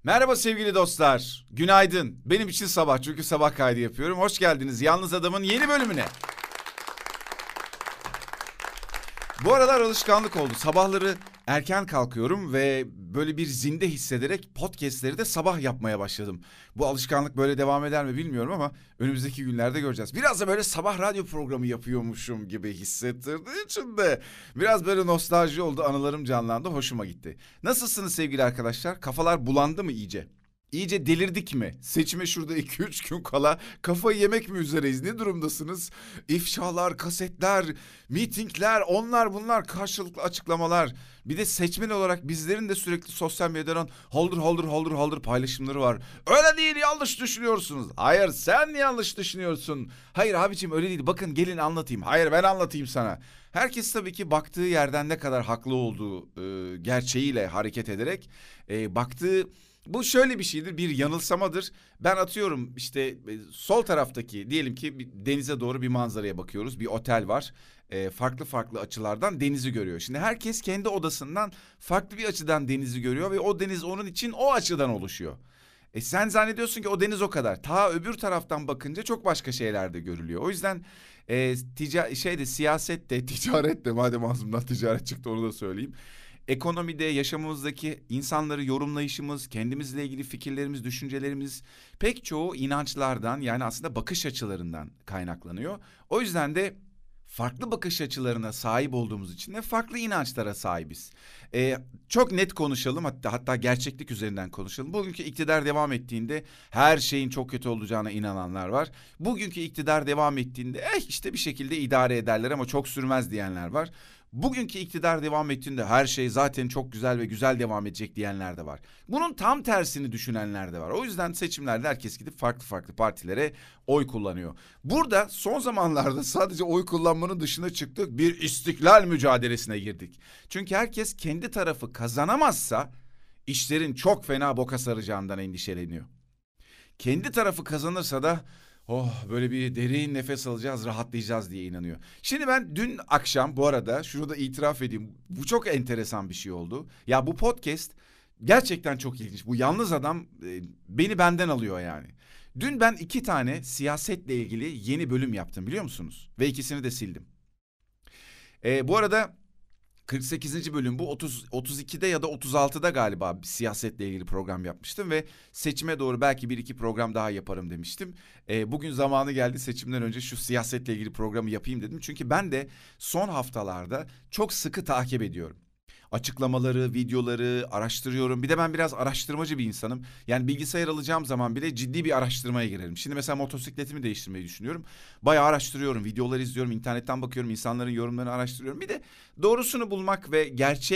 Merhaba sevgili dostlar. Günaydın. Benim için sabah çünkü sabah kaydı yapıyorum. Hoş geldiniz Yalnız Adam'ın yeni bölümüne. Bu aralar alışkanlık oldu. Sabahları erken kalkıyorum ve böyle bir zinde hissederek podcastleri de sabah yapmaya başladım. Bu alışkanlık böyle devam eder mi bilmiyorum ama önümüzdeki günlerde göreceğiz. Biraz da böyle sabah radyo programı yapıyormuşum gibi hissettirdiği için de biraz böyle nostalji oldu, anılarım canlandı, hoşuma gitti. Nasılsınız sevgili arkadaşlar? Kafalar bulandı mı iyice? İyice delirdik mi? Seçime şurada 2-3 gün kala kafayı yemek mi üzereyiz? Ne durumdasınız? İfşalar, kasetler, mitingler, onlar bunlar, karşılıklı açıklamalar. Bir de seçmen olarak bizlerin de sürekli sosyal medyadan haldır paylaşımları var. Öyle değil, yanlış düşünüyorsunuz. Hayır, sen yanlış düşünüyorsun. Hayır abicim, öyle değil. Bakın gelin anlatayım. Hayır, ben anlatayım sana. Herkes tabii ki baktığı yerden ne kadar haklı olduğu gerçeğiyle hareket ederek baktığı... Bu şöyle bir şeydir, bir yanılsamadır. Ben atıyorum işte sol taraftaki, diyelim ki denize doğru bir manzaraya bakıyoruz. Bir otel var. Farklı açılardan denizi görüyor. Şimdi herkes kendi odasından farklı bir açıdan denizi görüyor ve o deniz onun için o açıdan oluşuyor. Sen zannediyorsun ki o deniz o kadar. Ta öbür taraftan bakınca çok başka şeyler de görülüyor. O yüzden siyasette, ticarette, madem ağzımdan ticaret çıktı onu da söyleyeyim. Ekonomide, yaşamımızdaki insanları yorumlayışımız, kendimizle ilgili fikirlerimiz, düşüncelerimiz pek çoğu inançlardan, yani aslında bakış açılarından kaynaklanıyor. O yüzden de farklı bakış açılarına sahip olduğumuz için de farklı inançlara sahibiz. Çok net konuşalım, hatta gerçeklik üzerinden konuşalım. Bugünkü iktidar devam ettiğinde her şeyin çok kötü olacağına inananlar var. Bugünkü iktidar devam ettiğinde işte bir şekilde idare ederler ama çok sürmez diyenler var. Bugünkü iktidar devam ettiğinde her şey zaten çok güzel ve güzel devam edecek diyenler de var. Bunun tam tersini düşünenler de var. O yüzden seçimlerde herkes gidip farklı partilere oy kullanıyor. Burada son zamanlarda sadece oy kullanmanın dışına çıktık, bir istiklal mücadelesine girdik. Çünkü herkes kendi tarafı kazanamazsa işlerin çok fena boka saracağından endişeleniyor. Kendi tarafı kazanırsa da böyle bir derin nefes alacağız, rahatlayacağız diye inanıyor. Şimdi ben dün akşam, bu arada şunu da itiraf edeyim, bu çok enteresan bir şey oldu. Ya bu podcast gerçekten çok ilginç. Bu Yalnız Adam beni benden alıyor yani. Dün ben 2 tane siyasetle ilgili yeni bölüm yaptım, biliyor musunuz? Ve ikisini de sildim. Bu arada 48. bölüm bu. 32'de ya da 36'da galiba bir siyasetle ilgili program yapmıştım ve seçime doğru belki 1-2 program daha yaparım demiştim. Bugün zamanı geldi, seçimden önce şu siyasetle ilgili programı yapayım dedim. Çünkü ben de son haftalarda çok sıkı takip ediyorum. Açıklamaları, videoları araştırıyorum. Bir de ben biraz araştırmacı bir insanım. Yani bilgisayar alacağım zaman bile ciddi bir araştırmaya girerim. Şimdi mesela motosikletimi değiştirmeyi düşünüyorum. Bayağı araştırıyorum, videoları izliyorum, internetten bakıyorum, insanların yorumlarını araştırıyorum. Bir de doğrusunu bulmak ve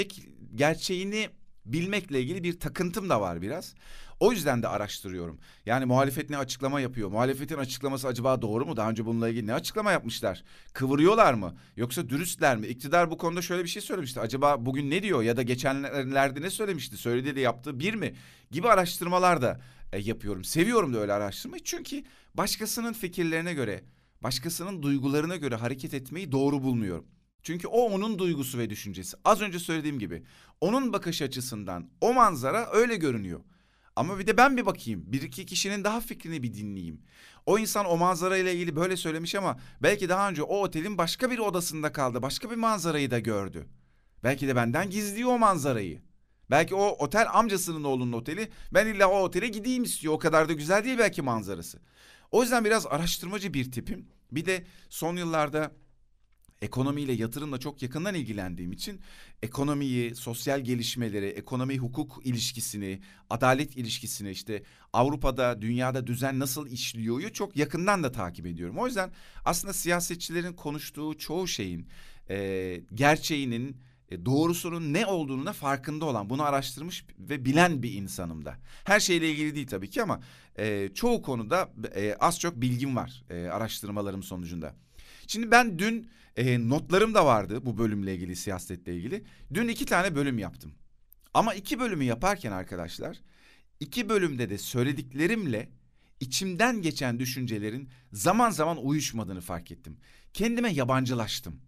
gerçeğini bilmekle ilgili bir takıntım da var biraz. O yüzden de araştırıyorum. Yani muhalefet ne açıklama yapıyor? Muhalefetin açıklaması acaba doğru mu? Daha önce bununla ilgili ne açıklama yapmışlar? Kıvırıyorlar mı? Yoksa dürüstler mi? İktidar bu konuda şöyle bir şey söylemişti. Acaba bugün ne diyor? Ya da geçenlerde ne söylemişti? Söylediği de yaptığı bir mi? Gibi araştırmalar da yapıyorum. Seviyorum da öyle araştırmayı. Çünkü başkasının fikirlerine göre, başkasının duygularına göre hareket etmeyi doğru bulmuyorum. Çünkü o onun duygusu ve düşüncesi. Az önce söylediğim gibi onun bakış açısından o manzara öyle görünüyor. Ama bir de ben bir bakayım. 1-2 kişinin daha fikrini bir dinleyeyim. O insan o manzara ile ilgili böyle söylemiş ama belki daha önce o otelin başka bir odasında kaldı. Başka bir manzarayı da gördü. Belki de benden gizliyor o manzarayı. Belki o otel amcasının oğlunun oteli. Ben illa o otele gideyim istiyor. O kadar da güzel değil belki manzarası. O yüzden biraz araştırmacı bir tipim. Bir de son yıllarda ekonomiyle, yatırımla çok yakından ilgilendiğim için ekonomiyi, sosyal gelişmeleri, ekonomi hukuk ilişkisini, adalet ilişkisini, işte Avrupa'da, dünyada düzen nasıl işliyor'yu çok yakından da takip ediyorum. O yüzden aslında siyasetçilerin konuştuğu çoğu şeyin gerçeğinin, doğrusunun ne olduğunu da farkında olan, bunu araştırmış ve bilen bir insanım da. Her şeyle ilgili değil tabii ki ama çoğu konuda az çok bilgim var araştırmalarım sonucunda. Şimdi ben dün notlarım da vardı bu bölümle ilgili, siyasetle ilgili. Dün 2 tane bölüm yaptım. Ama 2 bölümü yaparken arkadaşlar, 2 bölümde de söylediklerimle içimden geçen düşüncelerin zaman zaman uyuşmadığını fark ettim. Kendime yabancılaştım.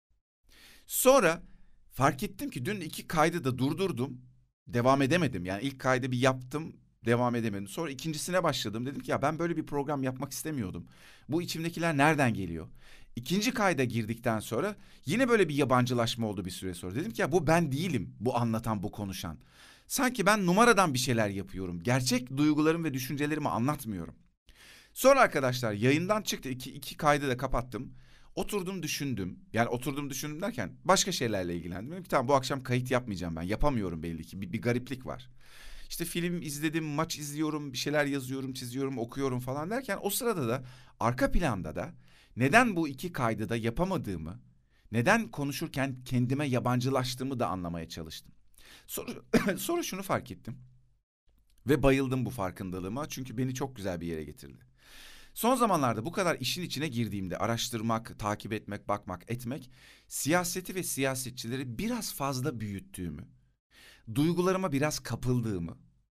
Sonra fark ettim ki dün 2 kaydı da durdurdum. Devam edemedim. Yani ilk kaydı bir yaptım. Devam edemedim. Sonra ikincisine başladım. Dedim ki ya ben böyle bir program yapmak istemiyordum. Bu içimdekiler nereden geliyor? İkinci kayda girdikten sonra yine böyle bir yabancılaşma oldu bir süre sonra. Dedim ki ya bu ben değilim, bu anlatan, bu konuşan. Sanki ben numaradan bir şeyler yapıyorum. Gerçek duygularım ve düşüncelerimi anlatmıyorum. Sonra arkadaşlar yayından çıktı. İki kaydı da kapattım. Oturdum düşündüm. Yani oturdum düşündüm derken başka şeylerle ilgilendim. Dedim ki tamam bu akşam kayıt yapmayacağım ben. Yapamıyorum belli ki. Bir gariplik var. İşte film izledim, maç izliyorum, bir şeyler yazıyorum, çiziyorum, okuyorum falan derken o sırada da arka planda da neden bu iki kaydı da yapamadığımı, neden konuşurken kendime yabancılaştığımı da anlamaya çalıştım. Sonra, sonra şunu fark ettim ve bayıldım bu farkındalığıma çünkü beni çok güzel bir yere getirdi. Son zamanlarda bu kadar işin içine girdiğimde araştırmak, takip etmek, bakmak, etmek, siyaseti ve siyasetçileri biraz fazla büyüttüğümü, duygularıma biraz kapıldığımı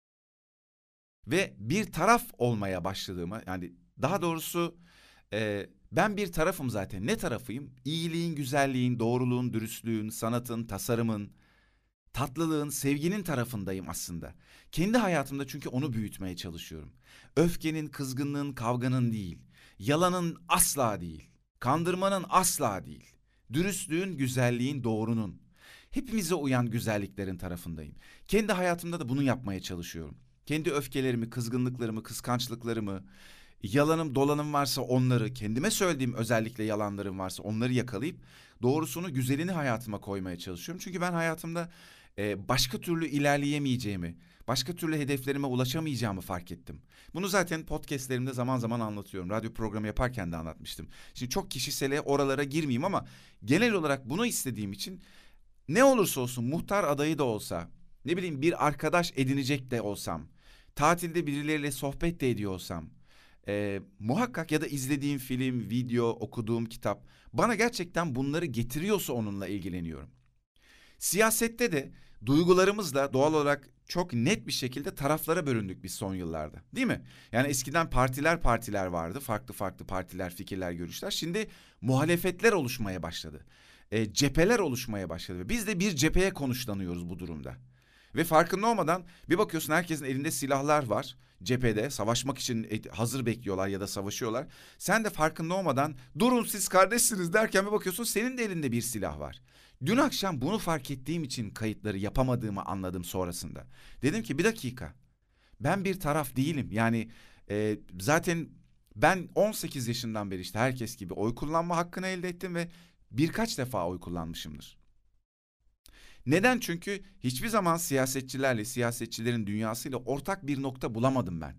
ve bir taraf olmaya başladığımı, yani daha doğrusu ben bir tarafım zaten. Ne tarafıyım? İyiliğin, güzelliğin, doğruluğun, dürüstlüğün, sanatın, tasarımın, tatlılığın, sevginin tarafındayım aslında. Kendi hayatımda çünkü onu büyütmeye çalışıyorum. Öfkenin, kızgınlığın, kavganın değil. Yalanın asla değil. Kandırmanın asla değil. Dürüstlüğün, güzelliğin, doğrunun. Hepimize uyan güzelliklerin tarafındayım. Kendi hayatımda da bunu yapmaya çalışıyorum. Kendi öfkelerimi, kızgınlıklarımı, kıskançlıklarımı, yalanım, dolanım varsa onları, kendime söylediğim özellikle yalanlarım varsa onları yakalayıp doğrusunu, güzelini hayatıma koymaya çalışıyorum. Çünkü ben hayatımda başka türlü ilerleyemeyeceğimi, başka türlü hedeflerime ulaşamayacağımı fark ettim. Bunu zaten podcastlerimde zaman zaman anlatıyorum. Radyo programı yaparken de anlatmıştım. Şimdi çok kişisele oralara girmeyeyim ama genel olarak bunu istediğim için ne olursa olsun muhtar adayı da olsa, ne bileyim bir arkadaş edinecek de olsam, tatilde birileriyle sohbet de ediyor olsam, muhakkak ya da izlediğim film, video, okuduğum kitap bana gerçekten bunları getiriyorsa onunla ilgileniyorum. Siyasette de duygularımızla doğal olarak çok net bir şekilde taraflara bölündük biz son yıllarda. Değil mi? Yani eskiden partiler vardı. Farklı farklı partiler, fikirler, görüşler. Şimdi muhalefetler oluşmaya başladı. Cepheler oluşmaya başladı. Ve biz de bir cepheye konuşlanıyoruz bu durumda. Ve farkında olmadan bir bakıyorsun herkesin elinde silahlar var. Cephede savaşmak için hazır bekliyorlar ya da savaşıyorlar. Sen de farkında olmadan durun siz kardeşsiniz derken bir bakıyorsun senin de elinde bir silah var. Dün akşam bunu fark ettiğim için kayıtları yapamadığımı anladım sonrasında. Dedim ki bir dakika, ben bir taraf değilim. Yani zaten ben 18 yaşından beri işte herkes gibi oy kullanma hakkını elde ettim ve birkaç defa oy kullanmışımdır. Neden? Çünkü hiçbir zaman siyasetçilerle, siyasetçilerin dünyasıyla ortak bir nokta bulamadım ben.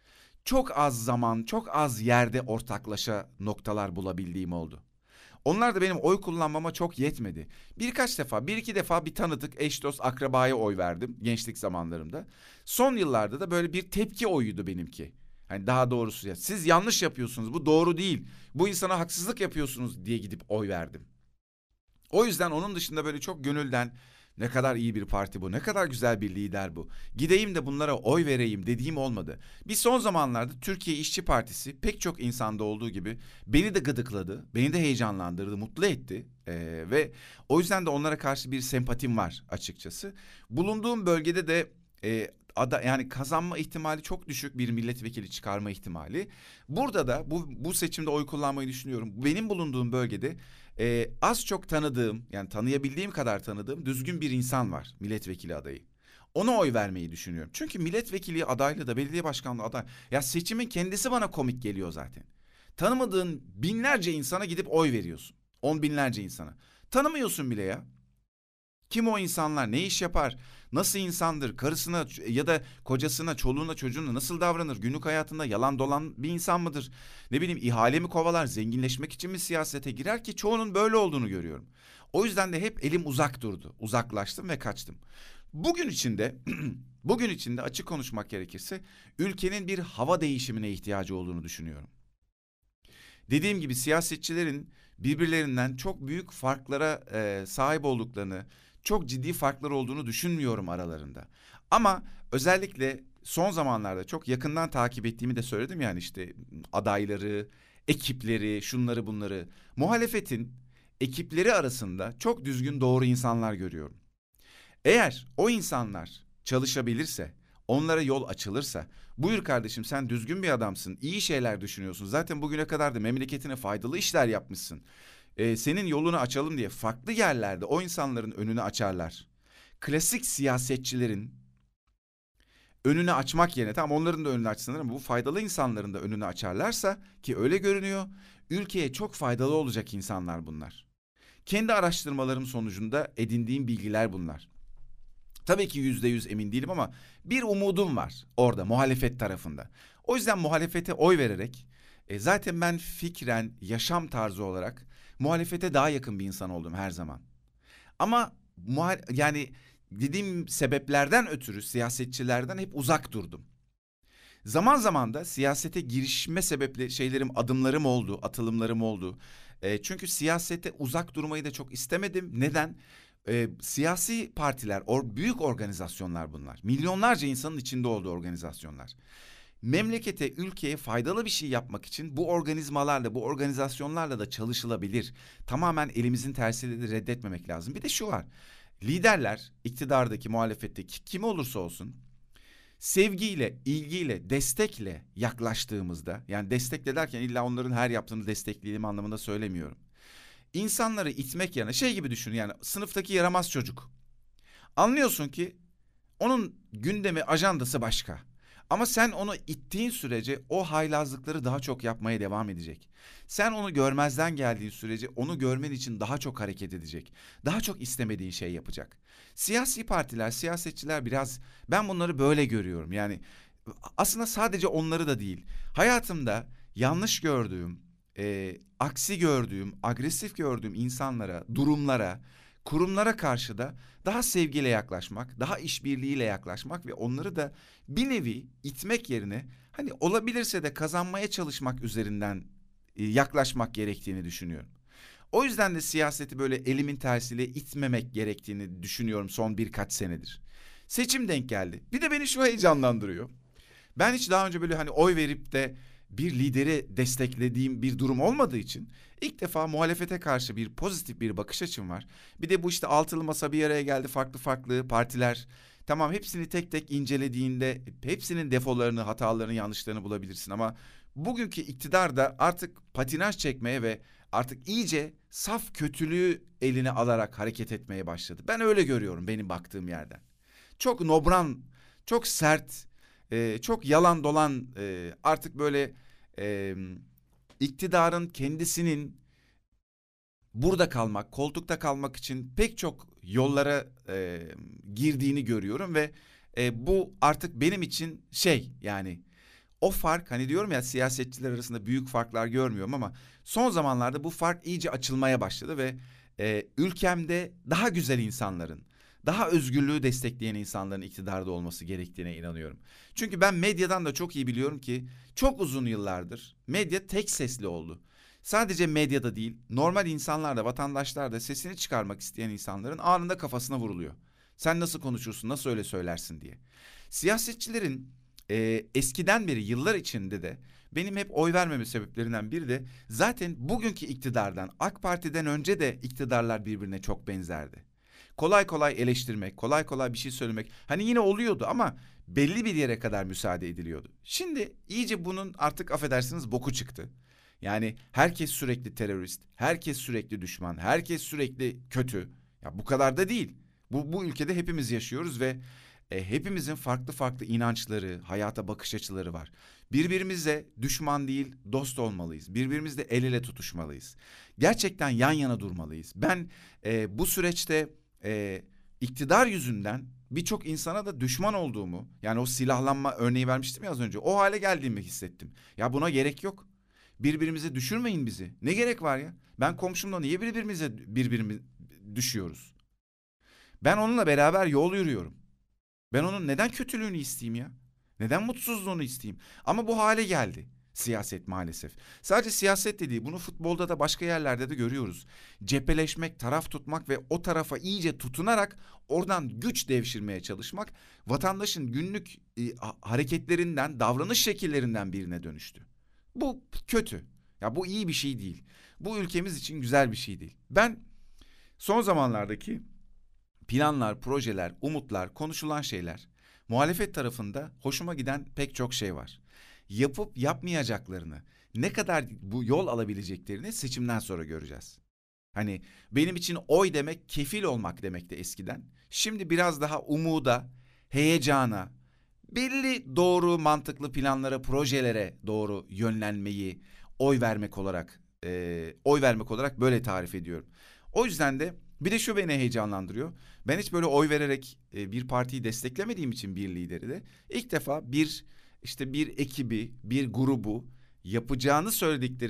Çok az zaman, çok az yerde ortaklaşa noktalar bulabildiğim oldu. Onlar da benim oy kullanmama çok yetmedi. Birkaç defa, bir iki defa bir tanıdık, eş dost, akrabaya oy verdim gençlik zamanlarımda. Son yıllarda da böyle bir tepki oyuydu benimki. Hani daha doğrusu ya siz yanlış yapıyorsunuz, bu doğru değil, bu insana haksızlık yapıyorsunuz diye gidip oy verdim. O yüzden onun dışında böyle çok gönülden ne kadar iyi bir parti bu, ne kadar güzel bir lider bu, gideyim de bunlara oy vereyim dediğim olmadı. Bir son zamanlarda Türkiye İşçi Partisi pek çok insanda olduğu gibi beni de gıdıkladı, beni de heyecanlandırdı, mutlu etti. Ve o yüzden de onlara karşı bir sempatim var açıkçası. Bulunduğum bölgede de yani kazanma ihtimali çok düşük bir milletvekili çıkarma ihtimali. Burada da bu seçimde oy kullanmayı düşünüyorum. Benim bulunduğum bölgede az çok tanıdığım, yani tanıyabildiğim kadar tanıdığım düzgün bir insan var, milletvekili adayı. Ona oy vermeyi düşünüyorum. Çünkü milletvekili adaylığı da belediye başkanlığı aday. Ya seçimin kendisi bana komik geliyor zaten. Tanımadığın binlerce insana gidip oy veriyorsun. On binlerce insana. Tanımıyorsun bile ya. Kim o insanlar? Ne iş yapar? Nasıl insandır? Karısına ya da kocasına, çoluğuna, çocuğuna nasıl davranır? Günlük hayatında yalan dolan bir insan mıdır? Ne bileyim ihale mi kovalar? Zenginleşmek için mi siyasete girer ki? Çoğunun böyle olduğunu görüyorum. O yüzden de hep elim uzak durdu. Uzaklaştım ve kaçtım. Bugün içinde bugün içinde açık konuşmak gerekirse ülkenin bir hava değişimine ihtiyacı olduğunu düşünüyorum. Dediğim gibi siyasetçilerin birbirlerinden çok büyük farklara sahip olduklarını, çok ciddi farklar olduğunu düşünmüyorum aralarında. Ama özellikle son zamanlarda çok yakından takip ettiğimi de söyledim, yani işte adayları, ekipleri, şunları bunları. Muhalefetin ekipleri arasında çok düzgün doğru insanlar görüyorum. Eğer o insanlar çalışabilirse, onlara yol açılırsa, buyur kardeşim sen düzgün bir adamsın, iyi şeyler düşünüyorsun. Zaten bugüne kadar da memleketine faydalı işler yapmışsın. Senin yolunu açalım diye farklı yerlerde o insanların önünü açarlar. Klasik siyasetçilerin önünü açmak yerine, tamam onların da önünü açsınlar ama bu faydalı insanların da önünü açarlarsa, ki öyle görünüyor, ülkeye çok faydalı olacak insanlar bunlar. Kendi araştırmalarım sonucunda edindiğim bilgiler bunlar. Tabii ki %100 emin değilim ama bir umudum var orada muhalefet tarafında. O yüzden muhalefete oy vererek zaten ben fikren, yaşam tarzı olarak muhalefete daha yakın bir insan oldum her zaman. Ama yani dediğim sebeplerden ötürü siyasetçilerden hep uzak durdum. Zaman zaman da siyasete girişme sebepli adımlarım oldu, atılımlarım oldu. Çünkü siyasete uzak durmayı da çok istemedim. Neden? Siyasi partiler, büyük organizasyonlar bunlar. Milyonlarca insanın içinde olduğu organizasyonlar. Memlekete, ülkeye faydalı bir şey yapmak için bu organizmalarla, bu organizasyonlarla da çalışılabilir. Tamamen elimizin tersiyle de reddetmemek lazım. Bir de şu var. Liderler, iktidardaki, muhalefetteki kim olursa olsun, sevgiyle, ilgiyle, destekle yaklaştığımızda, yani destekle derken illa onların her yaptığını destekleyelim anlamında söylemiyorum. İnsanları itmek yerine gibi düşün, yani sınıftaki yaramaz çocuk. Anlıyorsun ki onun gündemi, ajandası başka. Ama sen onu ittiğin sürece o haylazlıkları daha çok yapmaya devam edecek. Sen onu görmezden geldiğin sürece onu görmen için daha çok hareket edecek. Daha çok istemediğin şey yapacak. Siyasi partiler, siyasetçiler biraz, ben bunları böyle görüyorum. Yani aslında sadece onları da değil. Hayatımda yanlış gördüğüm, aksi gördüğüm, agresif gördüğüm insanlara, durumlara, kurumlara karşı da daha sevgiyle yaklaşmak, daha işbirliğiyle yaklaşmak ve onları da bir nevi itmek yerine hani olabilirse de kazanmaya çalışmak üzerinden yaklaşmak gerektiğini düşünüyorum. O yüzden de siyaseti böyle elimin tersiyle itmemek gerektiğini düşünüyorum son birkaç senedir. Seçim denk geldi. Bir de beni şu heyecanlandırıyor. Ben hiç daha önce böyle hani oy verip de bir lideri desteklediğim bir durum olmadığı için ilk defa muhalefete karşı bir pozitif bir bakış açım var. Bir de bu altılı masa bir araya geldi, farklı farklı partiler. Tamam, hepsini tek tek incelediğinde hepsinin defolarını, hatalarını, yanlışlarını bulabilirsin ama bugünkü iktidar da artık patinaj çekmeye ve artık iyice saf kötülüğü eline alarak hareket etmeye başladı. Ben öyle görüyorum benim baktığım yerden. Çok nobran, çok sert, çok yalan dolan, artık böyle iktidarın kendisinin burada kalmak, koltukta kalmak için pek çok yollara girdiğini görüyorum ve bu artık benim için yani o fark, hani diyorum ya siyasetçiler arasında büyük farklar görmüyorum ama son zamanlarda bu fark iyice açılmaya başladı ve ülkemde daha güzel insanların, daha özgürlüğü destekleyen insanların iktidarda olması gerektiğine inanıyorum. Çünkü ben medyadan da çok iyi biliyorum ki çok uzun yıllardır medya tek sesli oldu. Sadece medyada değil, normal insanlar da, vatandaşlar da sesini çıkarmak isteyen insanların anında kafasına vuruluyor. Sen nasıl konuşursun, nasıl öyle söylersin diye. Siyasetçilerin eskiden beri, yıllar içinde de benim hep oy vermeme sebeplerinden biri de zaten bugünkü iktidardan, AK Parti'den önce de iktidarlar birbirine çok benzerdi. Kolay kolay eleştirmek, kolay kolay bir şey söylemek hani yine oluyordu ama belli bir yere kadar müsaade ediliyordu. Şimdi iyice bunun artık affedersiniz boku çıktı. Yani herkes sürekli terörist, herkes sürekli düşman, herkes sürekli kötü. Ya bu kadar da değil. Bu ülkede hepimiz yaşıyoruz ve hepimizin farklı farklı inançları, hayata bakış açıları var. Birbirimize düşman değil, dost olmalıyız. Birbirimizle el ele tutuşmalıyız. Gerçekten yan yana durmalıyız. Ben bu süreçte iktidar yüzünden birçok insana da düşman olduğumu, yani o silahlanma örneği vermiştim ya az önce, o hale geldiğimi hissettim. Ya buna gerek yok. Birbirimize düşürmeyin bizi. Ne gerek var ya? Ben komşumla niye birbirimize düşüyoruz? Ben onunla beraber yol yürüyorum. Ben onun neden kötülüğünü isteyeyim ya? Neden mutsuzluğunu isteyeyim? Ama bu hale geldi siyaset maalesef. Sadece siyaset de değil, bunu futbolda da başka yerlerde de görüyoruz. Cepheleşmek, taraf tutmak ve o tarafa iyice tutunarak oradan güç devşirmeye çalışmak vatandaşın günlük hareketlerinden, davranış şekillerinden birine dönüştü. Bu kötü. Ya bu iyi bir şey değil. Bu ülkemiz için güzel bir şey değil. Ben son zamanlardaki planlar, projeler, umutlar, konuşulan şeyler Muhalefet tarafında hoşuma giden pek çok şey var. Yapıp yapmayacaklarını, ne kadar bu yol alabileceklerini seçimden sonra göreceğiz. Hani benim için oy demek kefil olmak demekti eskiden. Şimdi biraz daha umuda, heyecana, belli doğru mantıklı planlara, projelere doğru yönlenmeyi oy vermek olarak böyle tarif ediyorum. O yüzden de bir de şu beni heyecanlandırıyor. Ben hiç böyle oy vererek bir partiyi desteklemediğim için bir lideri de ilk defa bir ekibi, bir grubu yapacağını söyledikleri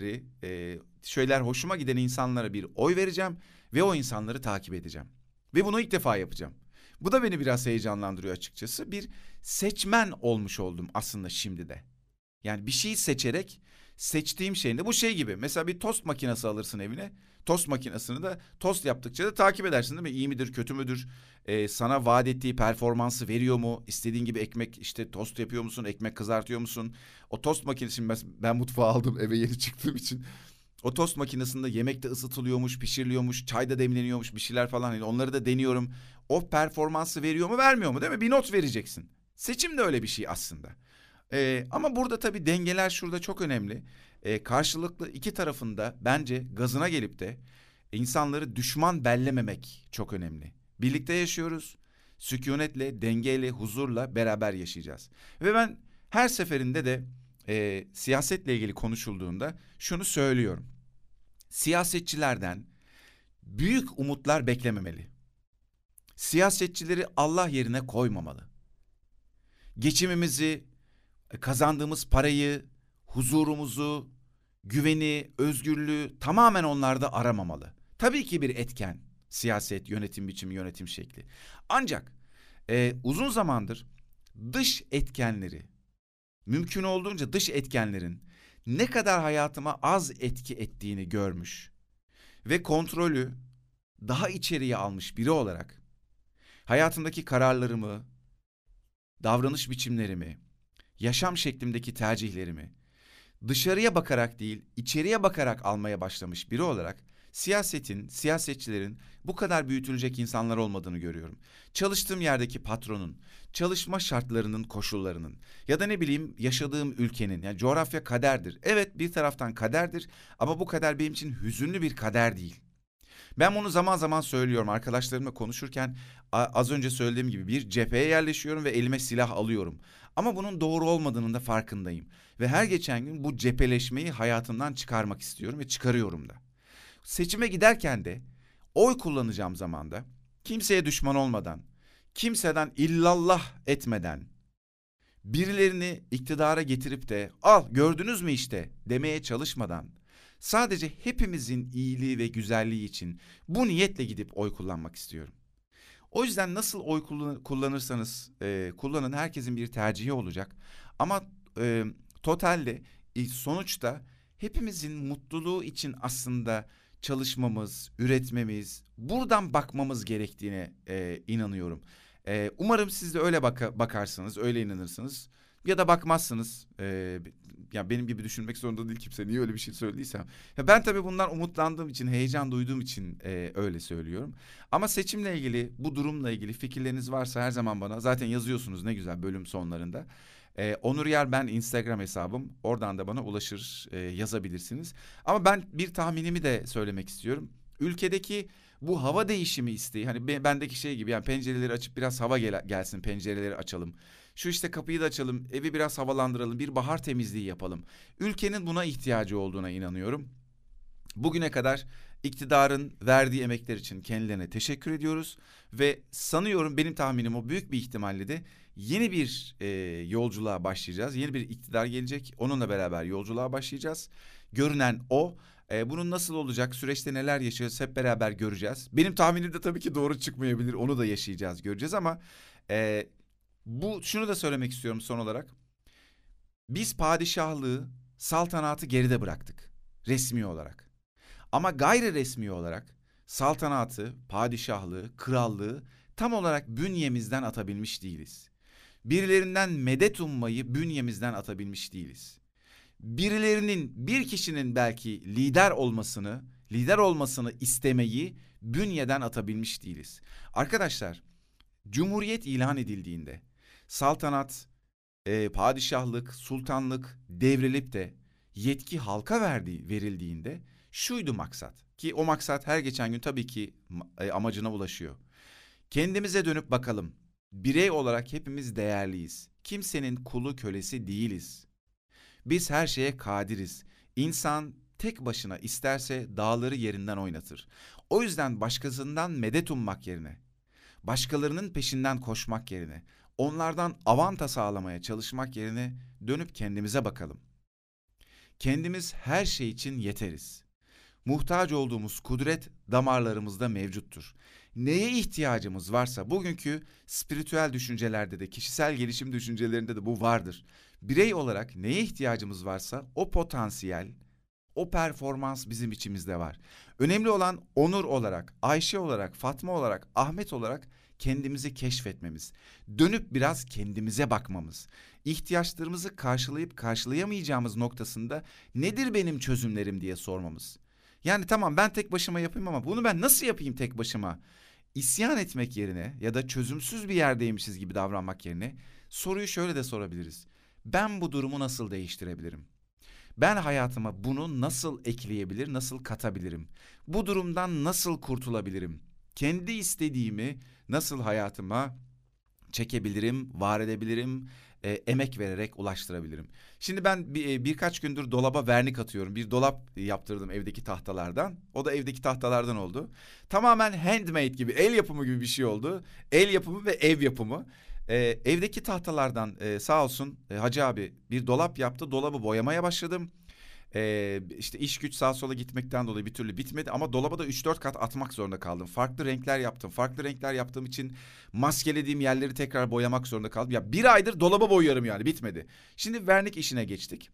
şeyler hoşuma giden insanlara bir oy vereceğim ve o insanları takip edeceğim. Ve bunu ilk defa yapacağım. Bu da beni biraz heyecanlandırıyor açıkçası. Bir seçmen olmuş oldum aslında şimdi de. Yani bir şeyi seçerek seçtiğim şeyin de bu şey gibi. Mesela bir tost makinesi alırsın evine. Tost makinesini de tost yaptıkça da takip edersin değil mi? İyi midir, kötü müdür? Sana vaat ettiği performansı veriyor mu? İstediğin gibi ekmek işte tost yapıyor musun? Ekmek kızartıyor musun? O tost makinesini ben mutfağa aldım eve yeni çıktığım için. O tost makinesinde yemek de ısıtılıyormuş, pişiriliyormuş, çay da demleniyormuş, bir şeyler falan. Yani onları da deniyorum. O performansı veriyor mu, vermiyor mu değil mi? Bir not vereceksin. Seçim de öyle bir şey aslında. Ama burada tabii dengeler şurada çok önemli. Karşılıklı iki tarafında bence gazına gelip de insanları düşman bellememek çok önemli. Birlikte yaşıyoruz. Sükunetle, dengeyle, huzurla beraber yaşayacağız. Ve ben her seferinde de siyasetle ilgili konuşulduğunda şunu söylüyorum. Siyasetçilerden büyük umutlar beklememeli. Siyasetçileri Allah yerine koymamalı. Geçimimizi, kazandığımız parayı, huzurumuzu, güveni, özgürlüğü tamamen onlarda aramamalı. Tabii ki bir etken siyaset, yönetim biçimi, yönetim şekli. Ancak uzun zamandır dış etkenleri, mümkün olduğunca dış etkenlerin ne kadar hayatıma az etki ettiğini görmüş ve kontrolü daha içeriye almış biri olarak hayatımdaki kararlarımı, davranış biçimlerimi, yaşam şeklimdeki tercihlerimi dışarıya bakarak değil, içeriye bakarak almaya başlamış biri olarak siyasetçilerin bu kadar büyütülecek insanlar olmadığını görüyorum. Çalıştığım yerdeki patronun, çalışma şartlarının, koşullarının ya da ne bileyim yaşadığım ülkenin, yani coğrafya kaderdir. Evet, bir taraftan kaderdir ama bu kader benim için hüzünlü bir kader değil. Ben bunu zaman zaman söylüyorum arkadaşlarımla konuşurken, az önce söylediğim gibi bir cepheye yerleşiyorum ve elime silah alıyorum. Ama bunun doğru olmadığının da farkındayım. Ve her geçen gün bu cepheleşmeyi hayatımdan çıkarmak istiyorum ve çıkarıyorum da. Seçime giderken de oy kullanacağım zamanda kimseye düşman olmadan, kimseden illallah etmeden, birilerini iktidara getirip de al gördünüz mü işte demeye çalışmadan, sadece hepimizin iyiliği ve güzelliği için bu niyetle gidip oy kullanmak istiyorum. O yüzden nasıl oy kullanırsanız kullanın, herkesin bir tercihi olacak. Ama totalde sonuçta hepimizin mutluluğu için aslında çalışmamız, üretmemiz, buradan bakmamız gerektiğine inanıyorum. Umarım siz de öyle bakarsınız, öyle inanırsınız. Ya da bakmazsınız. Ya benim gibi düşünmek zorunda değil kimse. Niye öyle bir şey söylediysem. Ya ben tabii bundan umutlandığım için, heyecan duyduğum için öyle söylüyorum. Ama seçimle ilgili, bu durumla ilgili fikirleriniz varsa her zaman bana zaten yazıyorsunuz, ne güzel bölüm sonlarında. Onur Yer ben Instagram hesabım. Oradan da bana ulaşır, yazabilirsiniz. Ama ben bir tahminimi de söylemek istiyorum. Ülkedeki bu hava değişimi isteği, hani bendeki şey gibi, yani pencereleri açıp biraz hava gelsin, pencereleri açalım. Şu işte kapıyı da açalım, evi biraz havalandıralım, bir bahar temizliği yapalım. Ülkenin buna ihtiyacı olduğuna inanıyorum. Bugüne kadar iktidarın verdiği emekler için kendilerine teşekkür ediyoruz. Ve sanıyorum, benim tahminim o, büyük bir ihtimalle de yeni bir yolculuğa başlayacağız. Yeni bir iktidar gelecek, onunla beraber yolculuğa başlayacağız. Görünen o. Bunun nasıl olacak, süreçte neler yaşayacağız hep beraber göreceğiz. Benim tahminim de tabii ki doğru çıkmayabilir, onu da yaşayacağız, göreceğiz ama... şunu da söylemek istiyorum son olarak. Biz padişahlığı, saltanatı geride bıraktık resmi olarak. Ama gayri resmi olarak saltanatı, padişahlığı, krallığı tam olarak bünyemizden atabilmiş değiliz. Birilerinden medet ummayı bünyemizden atabilmiş değiliz. Bir kişinin belki lider olmasını istemeyi bünyeden atabilmiş değiliz. Arkadaşlar, Cumhuriyet ilan edildiğinde Saltanat, padişahlık, sultanlık devrilip de yetki halka verildiğinde şuydu maksat. Ki o maksat her geçen gün tabii ki amacına ulaşıyor. Kendimize dönüp bakalım. Birey olarak hepimiz değerliyiz. Kimsenin kulu kölesi değiliz. Biz her şeye kadiriz. İnsan tek başına isterse dağları yerinden oynatır. O yüzden başkasından medet ummak yerine, başkalarının peşinden koşmak yerine, onlardan avanta sağlamaya çalışmak yerine dönüp kendimize bakalım. Kendimiz her şey için yeteriz. Muhtaç olduğumuz kudret damarlarımızda mevcuttur. Neye ihtiyacımız varsa bugünkü spiritüel düşüncelerde de, kişisel gelişim düşüncelerinde de bu vardır. Birey olarak neye ihtiyacımız varsa o potansiyel, o performans bizim içimizde var. Önemli olan Onur olarak, Ayşe olarak, Fatma olarak, Ahmet olarak kendimizi keşfetmemiz. Dönüp biraz kendimize bakmamız. İhtiyaçlarımızı karşılayıp karşılayamayacağımız noktasında nedir benim çözümlerim diye sormamız. Yani tamam ben tek başıma yapayım ama bunu ben nasıl yapayım tek başıma? İsyan etmek yerine ya da çözümsüz bir yerdeymişiz gibi davranmak yerine soruyu şöyle de sorabiliriz. Ben bu durumu nasıl değiştirebilirim? Ben hayatıma bunu nasıl ekleyebilir, nasıl katabilirim? Bu durumdan nasıl kurtulabilirim? Kendi istediğimi nasıl hayatıma çekebilirim, var edebilirim, emek vererek ulaştırabilirim. Şimdi ben birkaç gündür dolaba vernik atıyorum. Bir dolap yaptırdım evdeki tahtalardan. O da evdeki tahtalardan oldu. Tamamen handmade gibi, el yapımı gibi bir şey oldu. El yapımı ve ev yapımı. Evdeki tahtalardan sağ olsun Hacı abi bir dolap yaptı. Dolabı boyamaya başladım. İşte iş güç sağa sola gitmekten dolayı bir türlü bitmedi ama dolaba da 3-4 kat atmak zorunda kaldım. Farklı renkler yaptım. Farklı renkler yaptığım için maskelediğim yerleri tekrar boyamak zorunda kaldım. Ya bir aydır dolaba boyuyorum yani bitmedi. Şimdi vernik işine geçtik.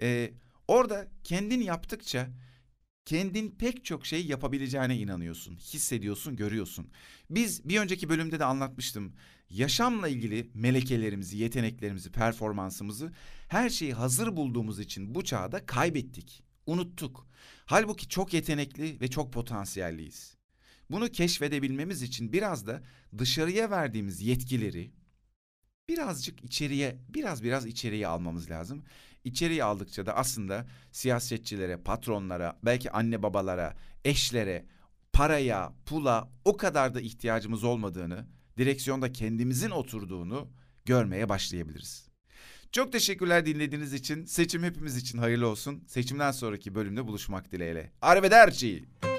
Orada kendin yaptıkça kendin pek çok şey yapabileceğine inanıyorsun, hissediyorsun, görüyorsun. Biz bir önceki bölümde de anlatmıştım. Yaşamla ilgili melekelerimizi, yeteneklerimizi, performansımızı her şeyi hazır bulduğumuz için bu çağda kaybettik, unuttuk. Halbuki çok yetenekli ve çok potansiyelliyiz. Bunu keşfedebilmemiz için biraz da dışarıya verdiğimiz yetkileri birazcık içeriye, biraz içeriye almamız lazım. İçeriye aldıkça da aslında siyasetçilere, patronlara, belki anne babalara, eşlere, paraya, pula o kadar da ihtiyacımız olmadığını, direksiyonda kendimizin oturduğunu görmeye başlayabiliriz. Çok teşekkürler dinlediğiniz için. Seçim hepimiz için hayırlı olsun. Seçimden sonraki bölümde buluşmak dileğiyle. Arrivederci.